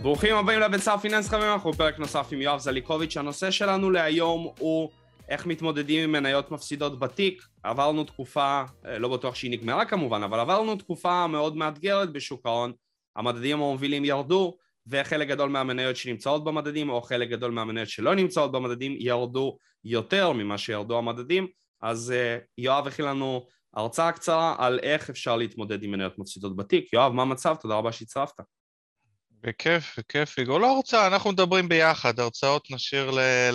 ברוכים הבאים לבצע פיננס חברים, אנחנו בפרק נוסף עם יואב זליקוביץ'. הנושא שלנו להיום הוא איך מתמודדים עם מניות מפסידות בתיק. עברנו תקופה, לא בטוח שהיא נגמרה כמובן, אבל עברנו תקופה מאוד מאתגרת בשוק ההון. המדדים המובילים ירדו, וחלק גדול מהמניות שנמצאות במדדים, או חלק גדול מהמניות שלא נמצאות במדדים, ירדו יותר ממה שירדו המדדים. אז יואב הכין לנו הרצאה קצרה על איך אפשר להתמודד עם מניות מפסידות בתיק. יואב, מה המצב? תודה רבה שהצטרפת. בכיף, יגאל. לא הרצאה, אנחנו מדברים ביחד, הרצאות נשאיר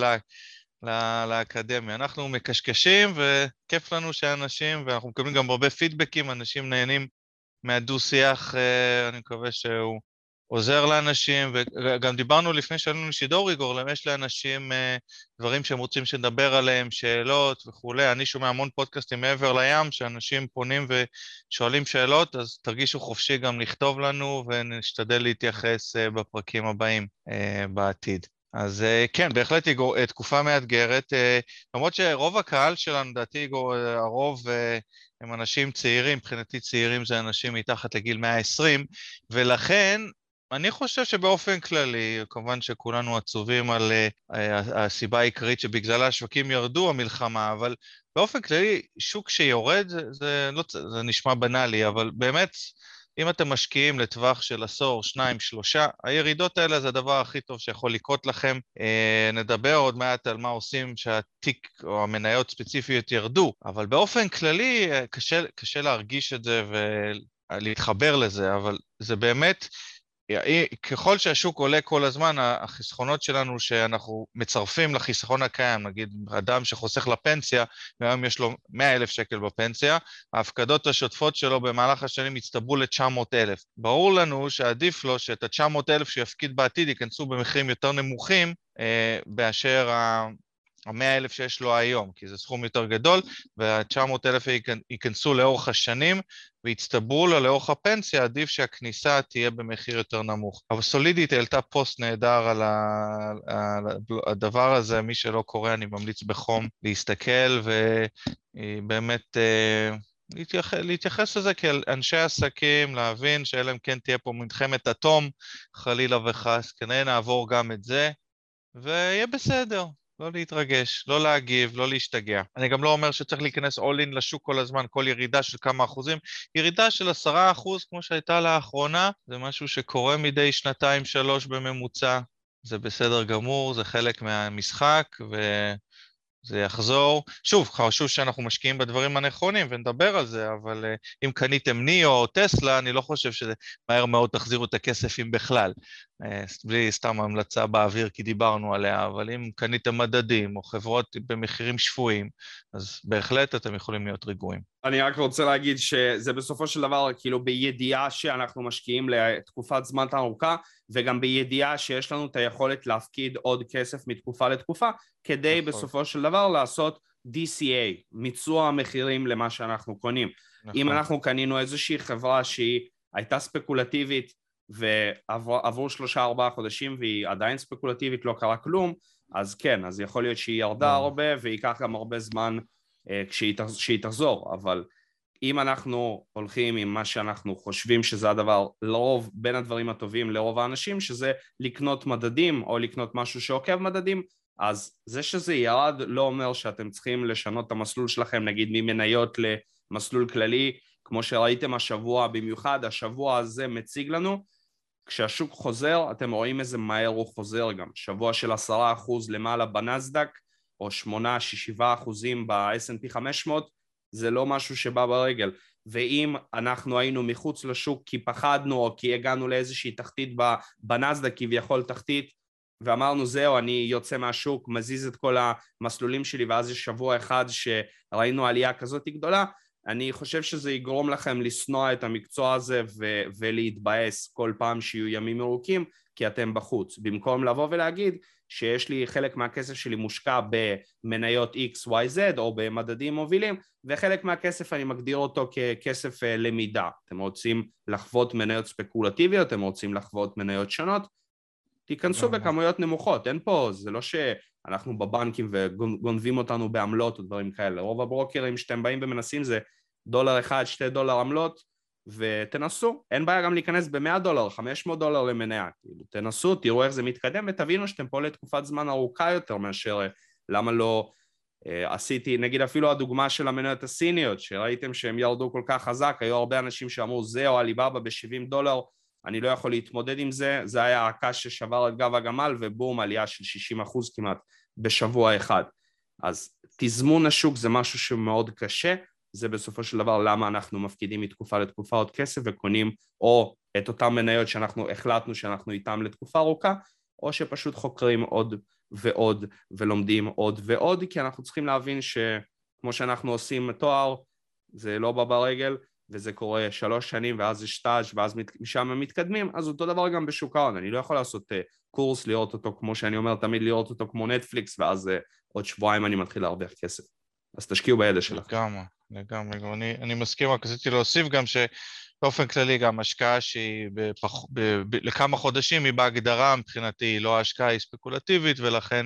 לאקדמיה. אנחנו מקשקשים וכיף לנו שאנשים, ואנחנו מקבלים גם הרבה פידבקים, אנשים נהנים מהדו-שיח, אני מקווה שהוא עוזר לאנשים, וגם דיברנו לפני שעלינו לשידור, איגור, יש לאנשים דברים שהם רוצים שנדבר עליהם, שאלות וכולי. אני שומע המון פודקאסטים מעבר לים, שאנשים פונים ושואלים שאלות, אז תרגישו חופשי גם לכתוב לנו, ונשתדל להתייחס בפרקים הבאים בעתיד. אז כן, בהחלט איגור, תקופה מאתגרת, למרות שרוב הקהל שלנו, דעתי איגור, הרוב הם אנשים צעירים, מבחינתי צעירים זה אנשים מתחת לגיל 120, ולכן אני חושב שבאופן כללי, כמובן שכולנו עצובים על הסיבה העיקרית שבגללה השווקים ירדו המלחמה, אבל באופן כללי שוק שיורד זה נשמע בנאלי, אבל באמת אם אתם משקיעים לטווח של עשור, 2, 3, הירידות האלה זה הדבר הכי טוב שיכול לקרות לכם. נדבר עוד מעט על מה עושים שהתיק או המניות ספציפיות ירדו, אבל באופן כללי קשה להרגיש את זה ולהתחבר לזה, אבל זה באמת, ככל שהשוק עולה כל הזמן, החסכונות שלנו שאנחנו מצרפים לחיסכון הקיים, נגיד אדם שחוסך לפנסיה, והיום יש לו 100,000 שקל בפנסיה, ההפקדות השוטפות שלו במהלך השנים הצטברו ל-900,000. ברור לנו שעדיף לו שאת ה-900,000 שיפקיד בעתיד ייכנסו במחירים יותר נמוכים, באשר ה-100,000 שיש לו היום, כי זה סכום יותר גדול, וה-900,000 ייכנסו לאורך השנים, והצטברו לו לאורך הפנסיה, עדיף שהכניסה תהיה במחיר יותר נמוך. אבל סולידית העלתה פוסט נהדר על הדבר הזה, מי שלא קורא אני ממליץ בחום להסתכל, ובאמת להתייחס לזה כאל אנשי עסקים, להבין שאלה אם כן תהיה פה מלחמת אטום, חלילה וחס, כנראה נעבור גם את זה, ויהיה בסדר. לא להתרגש, לא להגיב, לא להשתגע. אני גם לא אומר שצריך להיכנס all in לשוק כל הזמן, כל ירידה של כמה אחוזים. ירידה של 10% כמו שהייתה לאחרונה, זה משהו שקורה מדי 2-3 בממוצע. זה בסדר גמור, זה חלק מהמשחק וזה יחזור. שוב, חשוב שאנחנו משקיעים בדברים הנכונים ונדבר על זה, אבל אם קניתם ניו או טסלה, אני לא חושב שזה מהר מאוד תחזירו את הכסף אם בכלל. בלי סתם המלצה באוויר כי דיברנו עליה, אבל אם קניתם מדדים או חברות במחירים שפויים, אז בהחלט אתם יכולים להיות רגועים. אני רק רוצה להגיד שזה בסופו של דבר כאילו בידיעה שאנחנו משקיעים לתקופת זמן ארוכה, וגם בידיעה שיש לנו את היכולת להפקיד עוד כסף מתקופה לתקופה, כדי בסופו של דבר לעשות DCA, מיצוע המחירים למה שאנחנו קונים. אם אנחנו קנינו איזושהי חברה שהיא הייתה ספקולטיבית, ועברו 3-4 חודשים והיא עדיין ספקולטיבית, לא קרה כלום, אז כן, אז יכול להיות שהיא ירדה הרבה וייקח גם הרבה זמן כשהיא תחזור, אבל אם אנחנו הולכים עם מה שאנחנו חושבים שזה הדבר לרוב בין הדברים הטובים לרוב האנשים, שזה לקנות מדדים או לקנות משהו שעוקב מדדים, אז זה שזה ירד לא אומר שאתם צריכים לשנות את המסלול שלכם, נגיד ממניות למסלול כללי, כמו שראיתם השבוע, במיוחד השבוע הזה מציג לנו, כשהשוק חוזר, אתם רואים איזה מהר הוא חוזר גם. שבוע של 10% למעלה בנסדק, או 8-7% ב-S&P 500, זה לא משהו שבא ברגל. ואם אנחנו היינו מחוץ לשוק כי פחדנו, או כי הגענו לאיזושהי תחתית בנסדק, כביכול תחתית, ואמרנו זהו, אני יוצא מהשוק, מזיז את כל המסלולים שלי, ואז יש שבוע אחד שראינו עלייה כזאת גדולה, אני חושב שזה יגרום לכם לשנוא את המקצוע הזה ולהתבאס כל פעם שיהיו ימים ארוכים, כי אתם בחוץ. במקום לבוא ולהגיד שיש לי חלק מהכסף שלי מושקע במניות XYZ או במדדים מובילים, וחלק מהכסף אני מגדיר אותו ככסף למידה. אתם רוצים לחוות מניות ספקולטיביות, אתם רוצים לחוות מניות שונות, תיכנסו בכמויות נמוכות. אין פה, זה לא שאנחנו בבנקים וגונבים אותנו בעמלות או דברים כאלה. רוב הברוקרים שאתם באים ומנסים זה $1, $2 עמלות, ותנסו, אין בעיה גם להיכנס $100, $500 למניה, תנסו, תראו איך זה מתקדם ותבינו שאתם פה לתקופת זמן ארוכה יותר מאשר למה לא עשיתי, נגיד אפילו הדוגמה של המניות הסיניות, שראיתם שהם ירדו כל כך חזק, היו הרבה אנשים שאמרו זה או עליבאבא $70, אני לא יכול להתמודד עם זה, זה היה הקש ששבר את גב הגמל ובום, עלייה של 60% כמעט בשבוע אחד. אז תזמון השוק זה משהו שמאוד קשה, זה בסופו של דבר למה אנחנו מפקידים מתקופה לתקופה עוד כסף וקונים או את אותם מניות שאנחנו החלטנו שאנחנו איתם לתקופה ארוכה, או שפשוט חוקרים עוד ועוד ולומדים עוד ועוד, כי אנחנו צריכים להבין שכמו שאנחנו עושים תואר, זה לא בא ברגל, וזה קורה 3 שנים ואז זה שטאז' ואז משם הם מתקדמים, אז אותו דבר גם בשוק ההון, אני לא יכול לעשות קורס, לראות אותו כמו שאני אומר, תמיד לראות אותו כמו נטפליקס, ואז עוד שבועיים אני מתחיל להרוויח כסף. אז תשקיעו בידע שלך. לגמרי. אני מסכים, רק רציתי להוסיף גם שבאופן כללי גם השקעה שהיא לכמה חודשים היא בהגדרה מבחינתי, לא ההשקעה היא ספקולטיבית, ולכן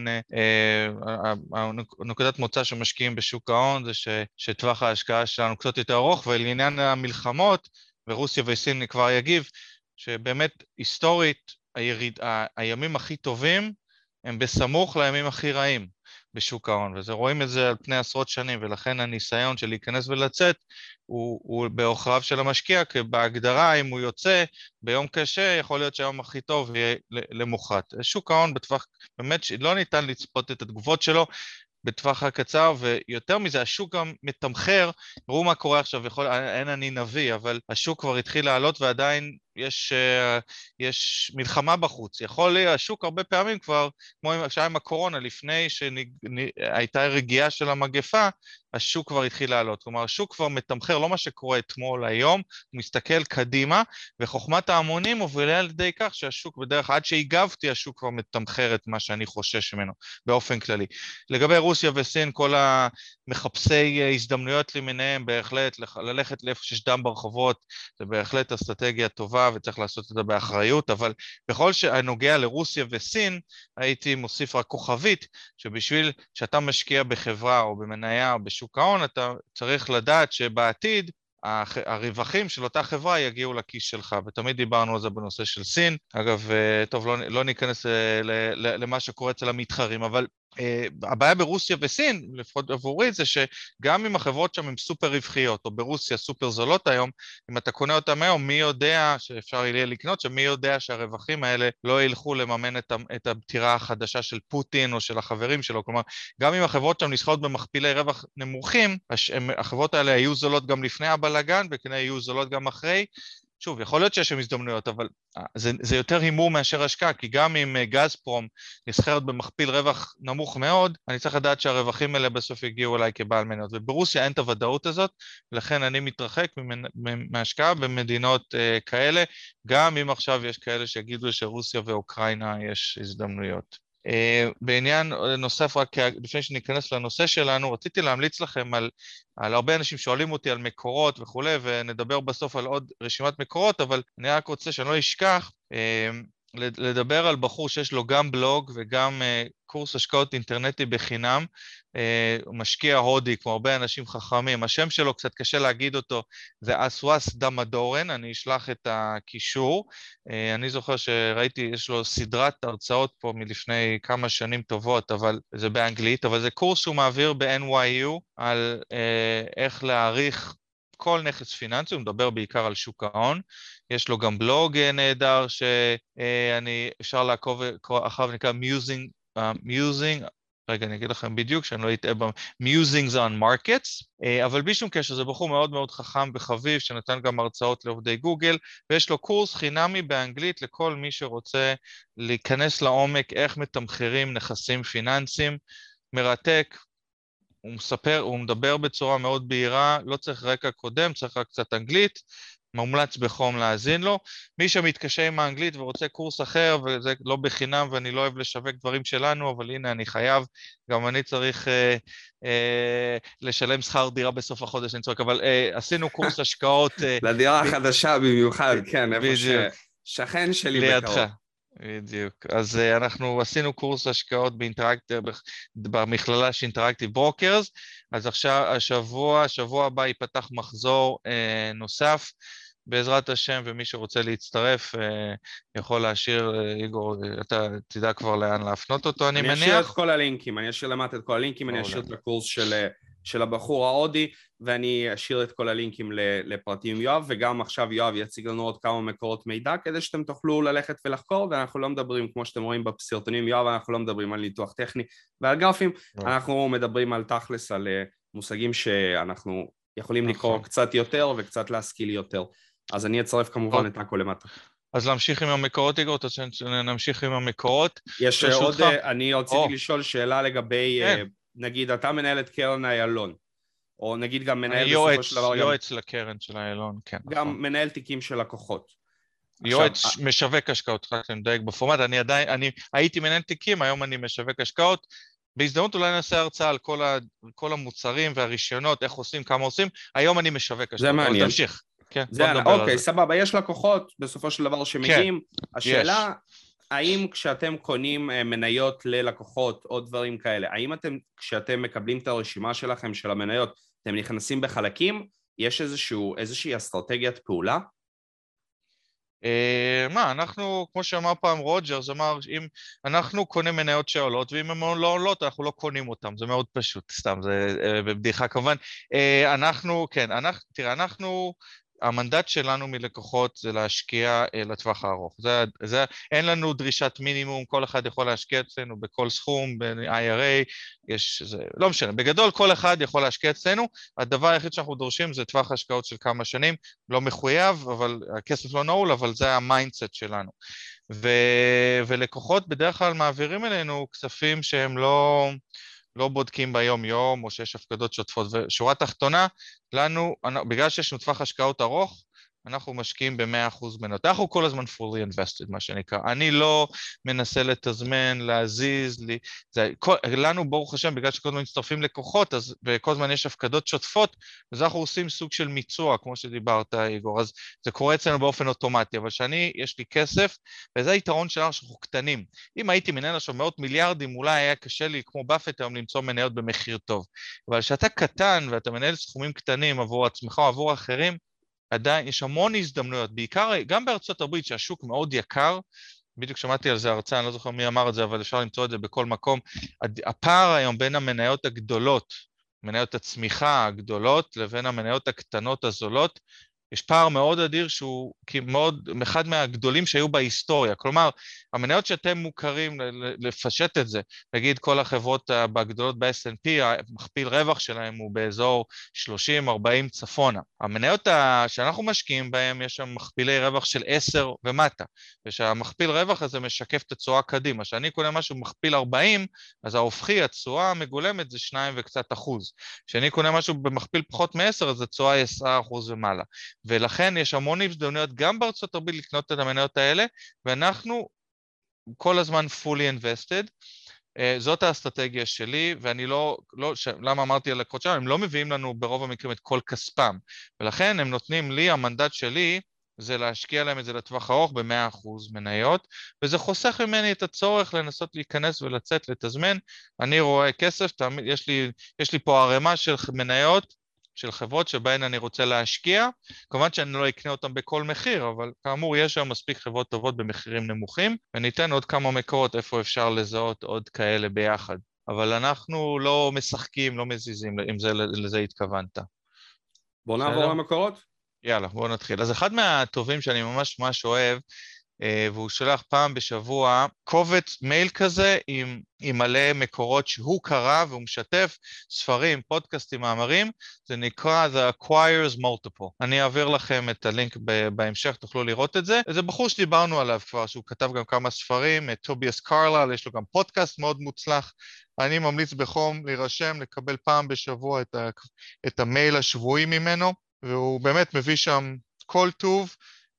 נקודת מוצא שמשקיעים בשוק ההון זה שטווח ההשקעה שלנו קצת יותר ארוך, ולעניין המלחמות, ורוסיה וסין כבר יגיב, שבאמת היסטורית הימים הכי טובים הם בסמוך לימים הכי רעים. בשוק ההון, רואים את זה על פני עשרות שנים, ולכן הניסיון של להיכנס ולצאת הוא באוכריו של המשקיע, כי בהגדרה אם הוא יוצא ביום קשה, יכול להיות שהיום הכי טוב יהיה למוחרת. שוק ההון בטווח, באמת שלא ניתן לצפות את התגובות שלו, בטווח הקצר, ויותר מזה, השוק גם מתמחר, ראו מה קורה עכשיו, אין אני נביא, אבל השוק כבר התחיל לעלות, ועדיין יש מלחמה בחוץ. יכול להיות, השוק הרבה פעמים כבר, כמו שהיה עם הקורונה, לפני שהייתה רגיעה של המגפה, השוק כבר התחיל לעלות. כלומר, השוק כבר מתמחר, לא מה שקורה אתמול היום, הוא מסתכל קדימה, וחוכמת ההמונים הובילה על ידי כך שהשוק בדרך, עד שהגבתי, השוק כבר מתמחר את מה שאני חושש ממנו, באופן כללי. לגבי רוסיה וסין, כל המחפשי הזדמנויות למיניהם, בהחלט, ללכת לאיפה שיש דם ברחובות, זה בהחלט אסטרטגיה טובה, וצריך לעשות את זה באחריות, אבל בכל שנוגע לרוסיה וסין, הייתי מוסיף רק כוכבית, שבשביל שאתה משקיע בחברה או במניה או בשוק ההון, אתה צריך לדעת שבעתיד, הרווחים של אותה חברה יגיעו לכיס שלך, ותמיד דיברנו על זה בנושא של סין. אגב, טוב, לא ניכנס למה שקורה אצל המתחרים, אבל הבעיה ברוסיה וסין, לפחות עבורי, זה שגם אם החברות שם הן סופר רווחיות, או ברוסיה סופר זולות היום, אם אתה קונה אותם היום, מי יודע שאפשר יהיה לקנות, שמי יודע שהרווחים האלה לא ילכו לממן את הבטירה החדשה של פוטין או של החברים שלו. כלומר, גם אם החברות שם נסחרות במכפילי רווח נמוכים, החברות האלה היו זולות גם לפני הבלגן, וכנראה יהיו זולות גם אחרי. שוב, יכול להיות שיש שם הזדמנויות, אבל זה יותר הימור מאשר השקעה, כי גם אם גזפרום נסחרת במכפיל רווח נמוך מאוד, אני צריך לדעת שהרווחים האלה בסוף יגיעו אליי כבעל מניות, וברוסיה אין את הוודאות הזאת, ולכן אני מתרחק מהשקעה במדינות כאלה, גם אם עכשיו יש כאלה שיגידו שרוסיה ואוקראינה יש הזדמנויות. בעניין נוסף, רק לפני שניכנס לנושא שלנו, רציתי להמליץ לכם על הרבה אנשים שואלים אותי על מקורות וכו', ונדבר בסוף על עוד רשימת מקורות, אבל אני רק רוצה שאני לא אשכח לדבר על בחור שיש לו גם בלוג וגם קורס השקעות אינטרנטי בחינם, הוא משקיע הודי, כמו הרבה אנשים חכמים, השם שלו קצת קשה להגיד אותו, זה אסווס דמדורן, אני אשלח את הקישור, אני זוכר שראיתי, יש לו סדרת הרצאות פה מלפני כמה שנים טובות, אבל זה באנגלית, אבל זה קורס שהוא מעביר ב-NYU, על איך להעריך כל נכס פיננסי, הוא מדבר בעיקר על שוק ההון, יש לו גם בלוג נהדר שאני אפשר לעקוב אחריו, נקרא Musing, רגע אני אגיד לכם בדיוק שאני לא אטעה Musings on Markets, אבל בלי שום קשר זה בחור מאוד מאוד חכם וחביב שנתן גם הרצאות לעובדי גוגל, ויש לו קורס חינמי באנגלית לכל מי שרוצה להיכנס לעומק איך מתמחרים נכסים פיננסיים, מרתק, הוא מדבר בצורה מאוד בהירה, לא צריך רקע קודם, צריך רק קצת אנגלית, מומלץ בחום להאזין לו. מי שמתקשה עם האנגלית ורוצה קורס אחר, וזה לא בחינם ואני לא אוהב לשווק דברים שלנו, אבל הנה אני חייב, גם אני צריך לשלם שכר דירה בסוף החודש, אני צוחק, אבל עשינו קורס השקעות. לדירה החדשה במיוחד, כן, איפה ששכן שלי בקרוב. בדיוק. אז אנחנו עשינו קורס השקעות במכללה של אינטראקטיב ברוקרס, אז עכשיו, השבוע הבא ייפתח מחזור נוסף בעזרת השם, ומי שרוצה להצטרף יכול להשאיר, איגור, אתה תדע כבר לאן להפנות אותו, אני מניח. אני אשאיר את כל הלינקים, אני אשאיר למטה את כל הלינקים, אני אשאיר את הקורס של הבחור ההודי, ואני אשאיר את כל הלינקים לפרטים יואב, וגם עכשיו יואב יציג לנו עוד כמה מקורות מידע, כדי שאתם תוכלו ללכת ולחקור, ואנחנו לא מדברים, כמו שאתם רואים בסרטונים יואב, אנחנו לא מדברים על ניתוח טכני ועל גרפים, אנחנו מדברים על תכלס, על מושגים שאנחנו יכולים לקרוא קצת יותר וקצת להשכיל יותר. אז אני אצרף כמובן את הכל למטה. אז להמשיך עם המקורות, איגור, נמשיך עם המקורות. יש עוד, אני רציתי לשאול שאלה לגבי, נגיד, אתה מנהל את קרן איילון, או נגיד גם מנהל בסופו של דבר... יועץ לקרן של איילון, כן. גם מנהל תיקים של לקוחות. יועץ משווק השקעות, אני מדייק בפורמט, אני הייתי מנהל תיקים, היום אני משווק השקעות, בהזדמנות אולי נעשה הרצאה על כל המוצרים והרישיונות, איך עושים, כמה עושים, היום אני משווק השקעות. זה מעניין. תמשיך. אוקיי, סבבה, יש לקוחות בסופו של דבר שמגיעים, השאלה, האם כשאתם קונים מניות ללקוחות או דברים כאלה, האם אתם, כשאתם מקבלים את הרשימה שלכם של המניות, אתם נכנסים בחלקים, יש איזושהי אסטרטגיית פעולה? אנחנו, כמו שאמר פעם רוג'רס, אמר, אם אנחנו קונים מניות שעולות, ואם הן לא עולות, אנחנו לא קונים אותן, זה מאוד פשוט, סתם, זה בבדיחה כמובן. תראה, המנדט שלנו מלקוחות זה להשקיע לטווח הארוך. אין לנו דרישת מינימום, כל אחד יכול להשקיע אצלנו בכל סכום, ב-IRA, לא משנה, בגדול כל אחד יכול להשקיע אצלנו, הדבר היחיד שאנחנו דורשים זה טווח השקעות של כמה שנים, לא מחויב, אבל הכסף לא נעול, אבל זה המיינדסט שלנו. ולקוחות בדרך כלל מעבירים אלינו כספים שהם לא בודקים ביום יום, או שיש הפקדות שוטפות. ושורה תחתונה, בגלל שיש לנו טווח השקעות ארוך, אנחנו משקיעים ב-100% מניות. אנחנו כל הזמן fully invested, מה שנקרא. אני לא מנסה לתזמן, להזיז, לנו ברוך השם, בגלל שכל הזמן מצטרפים לקוחות, וכל הזמן יש הפקדות שוטפות, אז אנחנו עושים סוג של מיצוע, כמו שדיברת, איגור. אז זה קורה אצלנו באופן אוטומטי, אבל יש לי כסף, וזה היתרון שלנו שאנחנו קטנים. אם הייתי מנהל עכשיו מאות מיליארדים, אולי היה קשה לי, כמו באפט היום, למצוא מניות במחיר טוב. אבל כשאתה קטן, ואתה מנהל סכומים קטנים עבור עצמך או עבור אחרים, עדיין יש המון הזדמנויות, בעיקר גם בארצות הברית שהשוק מאוד יקר, בדיוק שמעתי על זה הרצאה, אני לא זוכר מי אמר את זה, אבל אפשר למצוא את זה בכל מקום, הפער היום בין המניות הגדולות, מניות הצמיחה הגדולות, לבין המניות הקטנות הזולות, יש פער מאוד אדיר שהוא מאוד, אחד מהגדולים שהיו בהיסטוריה, כלומר, המניות שאתם מוכרים לפשט את זה, נגיד כל החברות הגדולות ב-S&P, המכפיל רווח שלהם הוא באזור 30-40 צפונה. המניות שאנחנו משקיעים בהם, יש שם מכפילי רווח של 10 ומטה, ושהמכפיל רווח הזה משקף את התשואה קדימה, שאני קונה משהו מכפיל 40, אז ההופכי, התשואה המגולמת זה 2 וקצת אחוז. כשאני קונה משהו במכפיל פחות מ-10, אז התשואה היא 10% ומעלה. ולכן יש המון הזדמנויות גם בארצות הברית לקנות את המניות האלה, ואנחנו כל הזמן fully invested, זאת האסטרטגיה שלי, ואני למה אמרתי על לקוחות שם, הם לא מביאים לנו ברוב המקרים את כל כספם, ולכן הם נותנים לי, המנדט שלי, זה להשקיע להם את זה לטווח ארוך ב-100% מניות, וזה חוסך ממני את הצורך לנסות להיכנס ולצאת, לתזמן, אני רואה כסף, יש לי פה ערימה של מניות, של חברות שבהן אני רוצה להשקיע, כמובן שאני לא אקנה אותם בכל מחיר, אבל כאמור יש שם מספיק חברות טובות במחירים נמוכים, וניתן עוד כמה מקורות איפה אפשר לזהות עוד כאלה ביחד. אבל אנחנו לא משחקים, לא מזיזים, אם לזה התכוונת. בוא נעבור למקורות? יאללה, בואו נתחיל. אז אחד מהטובים שאני ממש ממש אוהב, והוא שולח פעם בשבוע קובץ מייל כזה עם מלא מקורות שהוא קרא והוא משתף ספרים, פודקאסטים, מאמרים, זה נקרא The Acquires Multiple. אני אעביר לכם את הלינק בהמשך, תוכלו לראות את זה. זה בחור שדיברנו עליו כבר, שהוא כתב גם כמה ספרים, טוביאס קרלל, יש לו גם פודקאסט מאוד מוצלח. אני ממליץ בחום להירשם, לקבל פעם בשבוע את המייל השבועי ממנו, והוא באמת מביא שם כל טוב,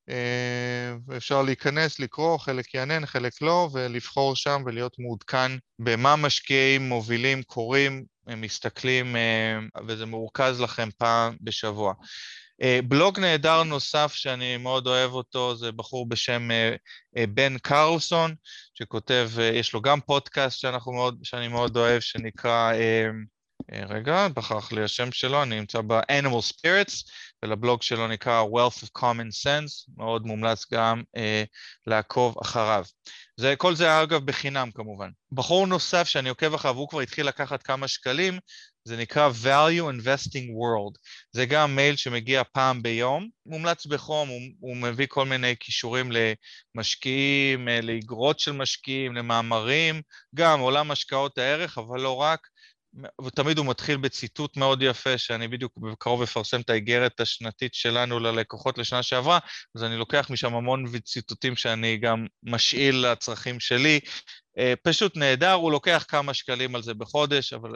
אפשר להיכנס, לקרוא, חלק יענן, חלק לא, ולבחור שם ולהיות מעודכן במה משקיעים, מובילים, קוראים, הם מסתכלים, וזה מורכז לכם פעם בשבוע. בלוג נהדר נוסף שאני מאוד אוהב אותו, זה בחור בשם בן קרלסון, שכותב, יש לו גם פודקאסט שאני מאוד אוהב, שנקרא רגע, בחרך לי השם שלו, אני נמצא ב-Animal Spirits, ולבלוג שלו נקרא Wealth of Common Sense, מאוד מומלץ גם לעקוב אחריו. כל זה אגב בחינם כמובן. בחור נוסף שאני עוקב אחריו, הוא כבר התחיל לקחת כמה שקלים, זה נקרא Value Investing World. זה גם מייל שמגיע פעם ביום, מומלץ בחום, הוא מביא כל מיני קישורים למשקיעים, לאגרות של משקיעים, למאמרים, גם עולם השקעות הערך, אבל לא רק, ותמיד הוא מתחיל בציטוט מאוד יפה, שאני בדיוק בקרוב אפרסם את האיגרת השנתית שלנו ללקוחות לשנה שעברה, אז אני לוקח משם המון ציטוטים שאני גם משאיל לצרכים שלי, פשוט נהדר, הוא לוקח כמה שקלים על זה בחודש, אבל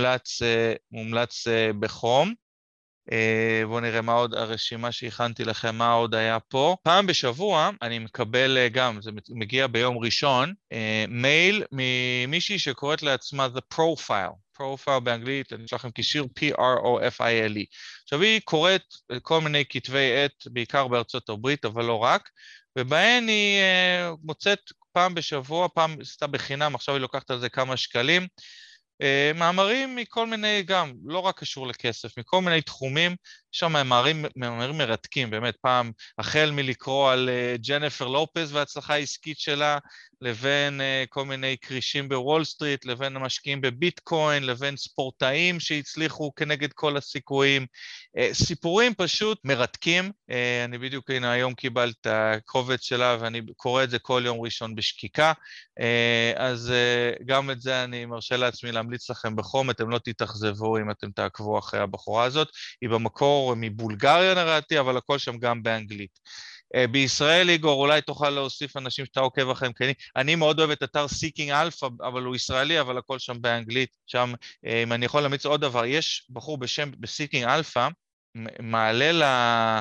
מומלץ בחום. בואו נראה מה עוד, הרשימה שהכנתי לכם, מה עוד היה פה. פעם בשבוע אני מקבל גם, זה מגיע ביום ראשון, מייל ממישהי שקוראת לעצמה The Profile. Profile באנגלית, אני אשלח לכם קישור Profile. עכשיו היא קוראת כל מיני כתבי עת, בעיקר בארצות הברית, אבל לא רק, ובהן היא מוצאת פעם בשבוע, פעם עשתה בחינם, עכשיו היא לוקחת על זה כמה שקלים, מאמרים מכל מיני, גם לא רק קשור לכסף, מכל מיני תחומים, יש שם מאמרים מרתקים, באמת פעם, החל מלקרוא על ג'ניפר לופז וההצלחה העסקית שלה, לבין כל מיני קרישים בוול סטריט, לבין המשקיעים בביטקוין, לבין ספורטאים שהצליחו כנגד כל הסיכויים, סיפורים פשוט מרתקים, אני בדיוק הנה היום קיבלת את הקובץ שלה ואני קורא את זה כל יום ראשון בשקיקה, אז גם את זה אני מרשה לעצמי להמליץ לכם בחום, אתם לא תתאכזבו אם אתם תעקבו אחרי הבחורה הזאת, היא במקור מבולגריה נראיתי, אבל הכל שם גם באנגלית. בישראל, איגור, אולי תוכל להוסיף אנשים שאתה עוקב אחריהם, כי אני מאוד אוהב את אתר Seeking Alpha, אבל הוא ישראלי, אבל הכל שם באנגלית. שם, אם אני יכול להמיץ עוד דבר, יש בחור בשם ב-Seeking Alpha, מעלה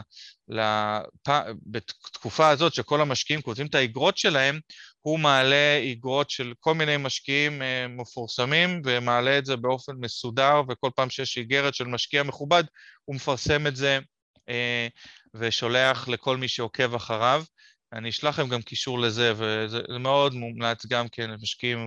בתקופה הזאת שכל המשקיעים כותבים את האגרות שלהם, הוא מעלה אגרות של כל מיני משקיעים מפורסמים, ומעלה את זה באופן מסודר, וכל פעם שיש אגרת של משקיע מכובד, הוא מפרסם את זה ושולח לכל מי שעוקב אחריו. אני אשלח לכם גם קישור לזה, וזה מאוד מומלץ גם כן, משקיעים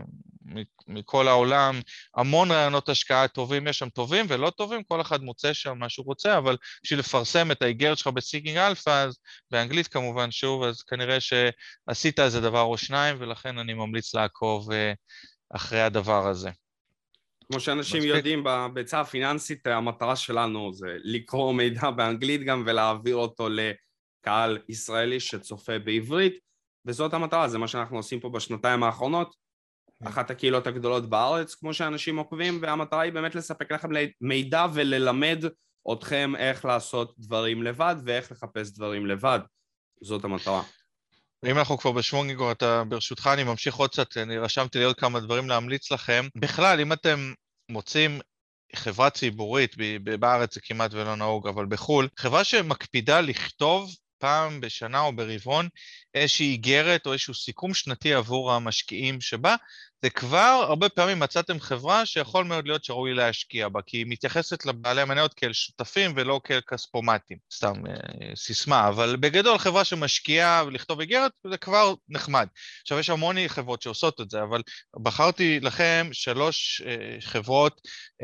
מכל העולם, המון רעיונות השקעה טובים, יש שם טובים ולא טובים, כל אחד מוצא שם מה שהוא רוצה, אבל בשביל לפרסם את האיגרת שלך בסיקינג אלפא, אז באנגלית כמובן שוב, אז כנראה שעשית איזה דבר או שניים, ולכן אני ממליץ לעקוב אחרי הדבר הזה. כמו שאנשים יודעים, בהיצע הפיננסית, המטרה שלנו זה לקרוא מידע באנגלית גם ולהעביר אותו לקהל ישראלי שצופה בעברית, וזאת המטרה, זה מה שאנחנו עושים פה בשנתיים האחרונות, אחת הקהילות הגדולות בארץ, כמו שאנשים עוקבים, והמטרה היא באמת לספק לכם מידע וללמד אתכם איך לעשות דברים לבד ואיך לחפש דברים לבד, זאת המטרה. אם אנחנו כבר בשמונגיגור, ברשותך אני ממשיך עוד קצת, אני רשמתי לי עוד כמה דברים להמליץ לכם. בכלל, אם אתם מוצאים חברה ציבורית, בארץ זה כמעט ולא נהוג, אבל בחול, חברה שמקפידה לכתוב פעם בשנה או ברבעון איזושהי איגרת או איזשהו סיכום שנתי עבור המשקיעים שבה, זה כבר הרבה פעמים מצאתם חברה שיכול מאוד להיות שראוי להשקיע בה, כי היא מתייחסת לבעלי המניות כאל שותפים ולא כאל כספומטים, סתם סיסמה, אבל בגדול חברה שמשקיעה ולכתוב איגרת זה כבר נחמד. עכשיו יש המון חברות שעושות את זה, אבל בחרתי לכם 3 חברות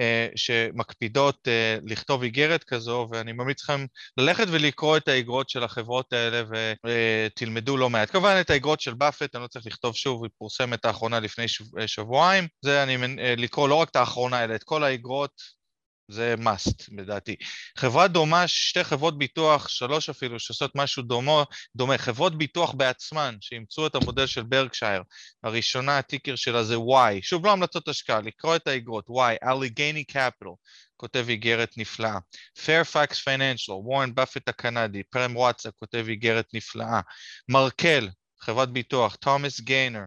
שמקפידות לכתוב איגרת כזו, ואני ממליץ לכם ללכת ולקרוא את האיגרות של החברות האלה ותלמדו לא מעט. כמובן את האיגרות של באפט, אני לא צריך לכתוב שוב, היא פורסמת האחרונה לפני שבועיים, זה אני לקרוא לא רק את האחרונה, אלא את כל האגרות, זה must, בדעתי. חברה דומה, 2 חברות ביטוח, 3 אפילו, שעושות משהו דומה, חברות ביטוח בעצמן, שימצאו את המודל של ברקשייר, הראשונה, הטיקר שלה זה Y, שוב לא המלצות השקעה, לקרוא את האגרות, Y, Allegheny Capital, כותב איגרת נפלאה, Fairfax Financial, וורן באפט הקנדי, פרם וואטסה, כותב איגרת נפלאה, מרקל, חברת ביטוח, תומאס גיינר,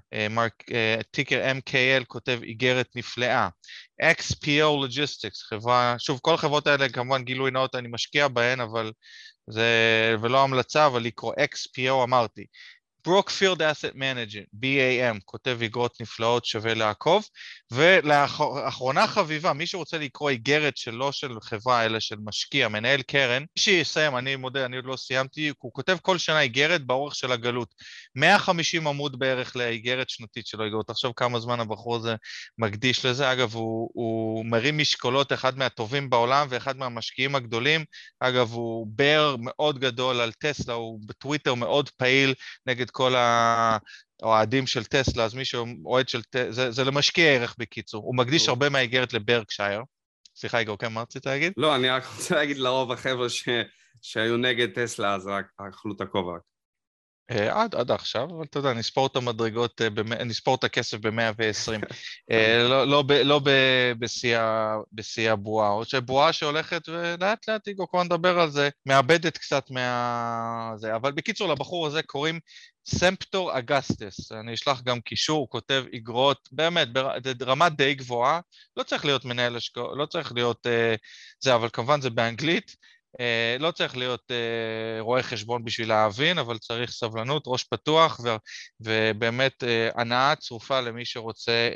טיקר MKL כותב איגרת נפלאה, XPO Logistics, חברה, שוב כל החברות האלה כמובן גילוי נאות אני משקיע בהן, אבל זה, ולא המלצה, אבל לקרוא XPO אמרתי, ברוקפילד אסט מנג'ר, BAM, כותב אגרות נפלאות, שווה לעקוב, ולאחרונה חביבה, מי שרוצה לקרוא איגרת שלא של חברה, אלא של משקיע, מנהל קרן, מי שיסיים, אני מודה, אני עוד לא סיימתי, הוא כותב כל שנה איגרת באורך של הגלות, 150 עמוד בערך לאיגרת שנתית שלו, איגרות, עכשיו כמה זמן הבחור הזה מקדיש לזה, אגב, הוא מרים משקולות, אחד מהטובים בעולם, ואחד מהמשקיעים הגדולים, אגב, הוא בר מאוד גדול על טסלה, הוא בטוויטר מאוד פעיל נגד כל האוהדים של טסלה, אז מי שאוהד של טסלה, זה למשקיע ערך בקיצור, הוא מקדיש הרבה מהאיגרת לברקשייר. סליחה, איגור, כן, מה רצית להגיד? לא, אני רק רוצה להגיד לרוב החבר'ה שהיו נגד טסלה, אז רק אכלו את הכובע. עד עכשיו, אבל אתה יודע, נספור את המדרגות, נספור את הכסף ב-120, לא בשיא הבועה, או שבועה שהולכת ולאט לאט, איגור, כבר נדבר על זה, מאבדת קצת זה, אבל בקיצור, לבחור הזה קוראים סמפטור אגסטס, אני אשלח גם קישור, הוא כותב אגרות, באמת, ברמה די גבוהה, לא צריך להיות מנהל השקעות, לא צריך להיות זה, אבל כמובן זה באנגלית, לא צריך להיות רואה חשבון בשביל להבין, אבל צריך סבלנות, ראש פתוח, ובאמת הנאה צרופה למי שרוצה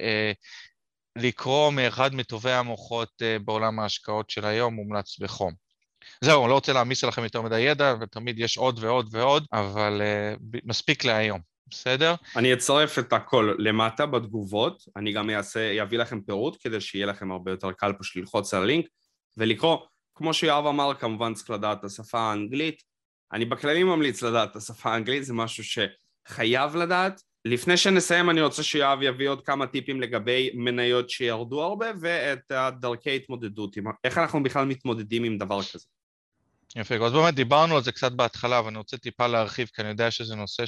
לקרוא מאחד מטובי המוחות בעולם ההשקעות של היום, מומלץ בחום. זהו, אני לא רוצה להעמיס עליכם יותר מדי ידע, ותמיד יש עוד ועוד ועוד, אבל מספיק להיום, בסדר? אני אצרף את הכל למטה בתגובות, אני גם אביא לכם פירוט, כדי שיהיה לכם הרבה יותר קל פשוט ללחוץ על הלינק, ולקרוא. כמו שיואב אמר, כמובן צריך לדעת את השפה האנגלית. אני בכללי ממליץ לדעת את השפה האנגלית, זה משהו שחייב לדעת. לפני שנסיים, אני רוצה שיואב יביא עוד כמה טיפים לגבי מניות שירדו הרבה, ואת דרכי התמודדות. איך אנחנו בכלל מתמודדים עם דבר כזה? יפה, אז באמת דיברנו על זה קצת בהתחלה, ואני רוצה טיפה להרחיב, כי אני יודע שזה נושא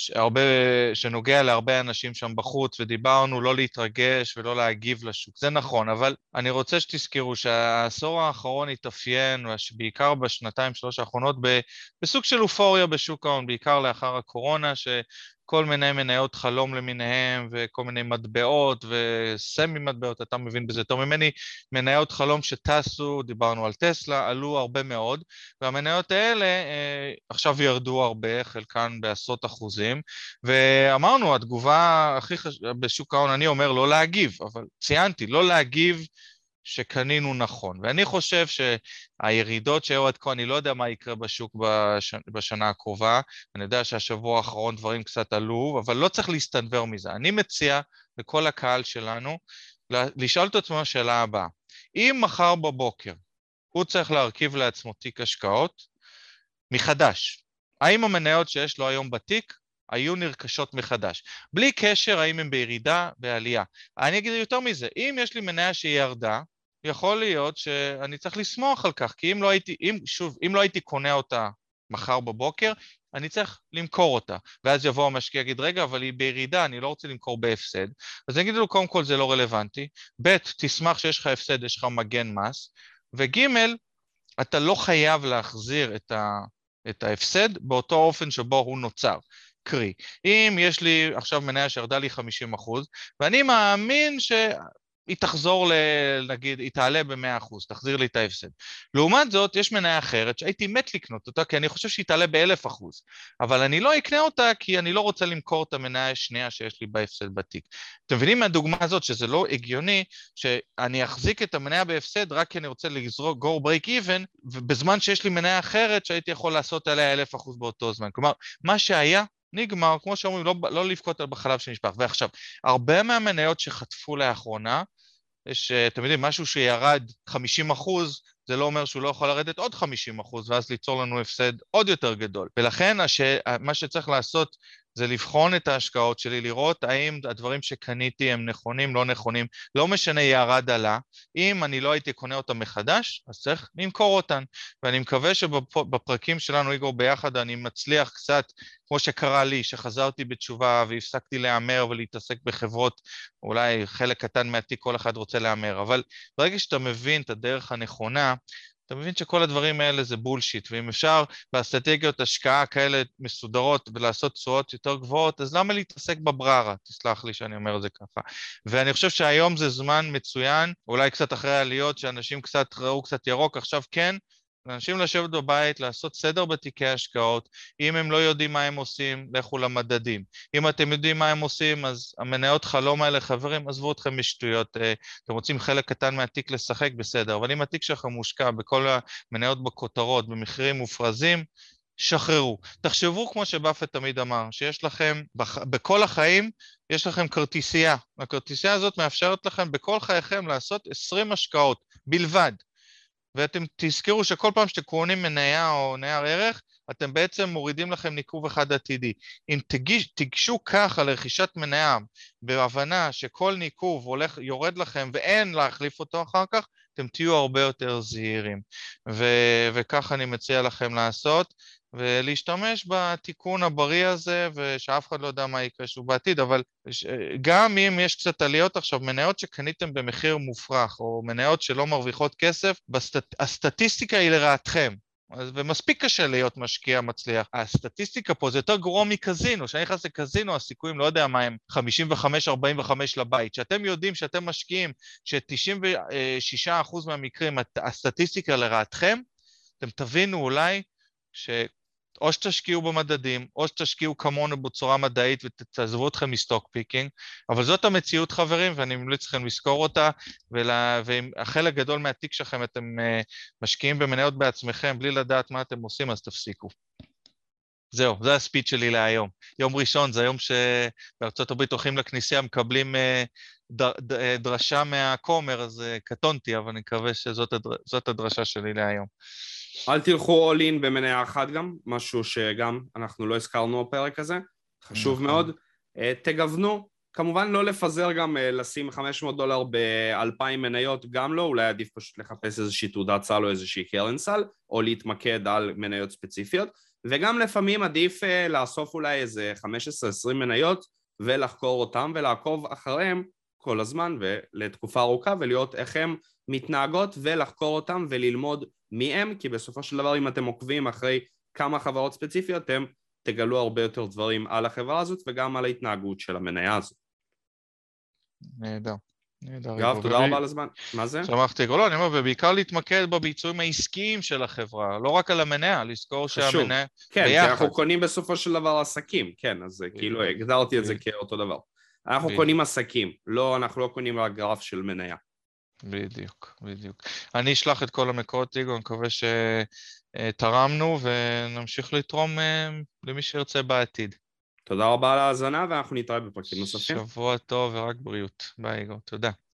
שנוגע להרבה אנשים שם בחוץ, ודיברנו לא להתרגש ולא להגיב לשוק. זה נכון, אבל אני רוצה שתזכרו שהעשור האחרון התאפיין, בעיקר בשנתיים, שלוש האחרונות, בסוג של אופוריה בשוק ההון, בעיקר לאחר הקורונה, כל מיני מניות חלום למיניהם, וכל מיני מטבעות וסמי מטבעות, אתה מבין בזה יותר ממני, מניות חלום שטסו, דיברנו על טסלה, עלו הרבה מאוד, והמניות האלה עכשיו ירדו הרבה, חלקן בעשרות אחוזים, ואמרנו, התגובה הכי בשוק ההון, אני אומר לא להגיב, אבל ציינתי, לא להגיב שקנינו נכון, ואני חושב שהירידות שהיו עד כה, אני לא יודע מה יקרה בשוק בשנה הקרובה, אני יודע שהשבוע האחרון דברים קצת עלו, אבל לא צריך להסתנבר מזה. אני מציע לכל הקהל שלנו לשאול את עצמו השאלה הבאה, אם מחר בבוקר הוא צריך להרכיב לעצמו תיק השקעות מחדש, האם המניות שיש לו היום בתיק היו נרכשות מחדש, בלי קשר האם הם בירידה, בעלייה. אני אגיד יותר מזה, אם יש לי מניה שהיא ירדה, יכול להיות שאני צריך לשמוח על כך, כי אם לא הייתי קונה אותה מחר בבוקר, אני צריך למכור אותה, ואז יבוא המשקיע יגיד, רגע, אבל היא בירידה, אני לא רוצה למכור בהפסד, אז אני אגיד לו, קודם כל זה לא רלוונטי, ב' תשמח שיש לך הפסד, יש לך מגן מס, וג' אתה לא חייב להחזיר את ההפסד באותו אופן שבו הוא נוצר. קרי, אם יש לי עכשיו מניה שירדה לי 50%, ואני מאמין שהיא תחזור, נגיד, היא תעלה ב-100%, תחזיר לי את ההפסד. לעומת זאת, יש מניה אחרת שהייתי מת לקנות אותה, כי אני חושב שהיא תעלה ב-1000%, אבל אני לא אקנה אותה כי אני לא רוצה למכור את המניה השנייה שיש לי בהפסד בתיק. אתם מבינים מהדוגמה הזאת שזה לא הגיוני, שאני אחזיק את המניה בהפסד רק כי אני רוצה לזרוק go break even, ובזמן שיש לי מניה אחרת שהייתי יכול לעשות עליה 1000% באותו זמן. כלומר, מה שהיה נגמר, כמו שאומרים, לא לבכות על בחלב שנשפך. ועכשיו, הרבה מהמניות שחטפו לאחרונה, אתם יודעים, משהו שירד 50%, זה לא אומר שהוא לא יכול לרדת עוד 50%, ואז ליצור לנו הפסד עוד יותר גדול. ולכן, מה שצריך לעשות, זה לבחון את ההשקעות שלי, לראות האם הדברים שקניתי הם נכונים, לא נכונים, לא משנה ירד עלה, אם אני לא הייתי קונה אותם מחדש, אז צריך למכור אותן, ואני מקווה שבפרקים שלנו, איגור, ביחד, אני מצליח קצת, כמו שקרה לי, שחזרתי בתשובה והפסקתי להאמר ולהתעסק בחברות, אולי חלק קטן מהתיק כל אחד רוצה להאמר, אבל ברגע שאתה מבין את הדרך הנכונה, אתה מבין שכל הדברים האלה זה בולשיט, ואם אפשר באסטרטגיות השקעה כאלה מסודרות ולעשות תשואות יותר גבוהות, אז למה להתעסק בבררה? תסלח לי שאני אומר את זה ככה. ואני חושב שהיום זה זמן מצוין, אולי קצת אחרי העליות שאנשים קצת ראו קצת ירוק, עכשיו כן, לאנשים לשבת בבית, לעשות סדר בתיקי השקעות. אם הם לא יודעים מה הם עושים, לכו למדדים. אם אתם יודעים מה הם עושים, אז המניות חלום האלה, חברים, עזבו אתכם משטויות. אתם רוצים חלק קטן מהתיק לשחק, בסדר. אבל אם התיק שלכם מושקע בכל המניות בכותרות, במחירים מופרזים, שחררו. תחשבו כמו שבאפט תמיד אמר, שיש לכם, בכל החיים, יש לכם כרטיסייה. הכרטיסייה הזאת מאפשרת לכם בכל חייכם לעשות 20 השקעות בלבד. ואתם תזכרו שכל פעם שאתם קונים מניה או נייר ערך, אתם בעצם מורידים לכם ניקוב אחד עתידי. אם תיגשו ככה לרכישת מניה, בהבנה שכל ניקוב יורד לכם ואין להחליף אותו אחר כך, אתם תהיו הרבה יותר זהירים. וכך אני מציע לכם לעשות, ולהשתמש בתיקון הבריא הזה, ושאף אחד לא יודע מה יקרה שוב בעתיד, אבל גם אם יש קצת עליות עכשיו, מניות שקניתם במחיר מופרך, או מניות שלא מרוויחות כסף, הסטטיסטיקה היא לרעתכם. ומספיק קשה להיות משקיע מצליח. הסטטיסטיקה פה זה יותר גרוע מקזינו, שאני נכנס לקזינו, הסיכויים לא יודע מה הם 55-45 לבית. שאתם יודעים שאתם משקיעים, ש96% מהמקרים הסטטיסטיקה לרעתכם, אתם תבינו אולי או שתשקיעו במדדים, או שתשקיעו כמונו בצורה מדעית ותעזבו אתכם מסטוק פיקינג, אבל זאת המציאות חברים, ואני ממליץ לכם לזכור אותה, ואם החלק גדול מהתיק שלכם אתם משקיעים במניות בעצמכם, בלי לדעת מה אתם עושים, אז תפסיקו. זהו, זה הספיץ שלי להיום. יום ראשון זה היום שבארצות הברית הולכים לכנסייה, מקבלים דרשה מהכומר, אז קטונתי, אבל אני מקווה שזאת הדרשה שלי להיום. אל תלכו all in במניה אחת גם, משהו שגם אנחנו לא הזכרנו בפרק הזה, חשוב מאוד. תגוונו, כמובן לא לפזר גם לשים $500 ב-2,000 מניות, גם לא, אולי עדיף פשוט לחפש איזושהי תעודת סל או איזושהי קרן סל, או להתמקד על מניות ספציפיות, וגם לפעמים עדיף לאסוף אולי איזה 15-20 מניות, ולחקור אותם ולעקוב אחריהם כל הזמן ולתקופה ארוכה, ולראות איך הם מתנהגות ולחקור אותם וללמוד מהם, כי בסופו של דבר אם אתם עוקבים אחרי כמה חברות ספציפיות, אתם תגלו הרבה יותר דברים על החברה הזאת וגם על ההתנהגות של המניה הזאת. נהדר. גב, תודה רבה על הזמן. מה זה? שמחתי, לא, אני אומר, ובעיקר להתמקד בביצועים העסקיים של החברה, לא רק על המניה, לזכור שהמניה כן, ביחד. כי אנחנו קונים בסופו של דבר עסקים, כן, אז כאילו הגדרתי את זה כאותו דבר. אנחנו קונים עסקים, אנחנו לא קונים רק גרף של מניה. בדיוק. אני אשלח את כל המקורות, איגו, אני מקווה שתרמנו ונמשיך לתרום למי שירצה בעתיד. תודה רבה על ההאזנה ואנחנו נתראה בפרקים נוספים. שבוע טוב ורק בריאות. ביי, איגו, תודה.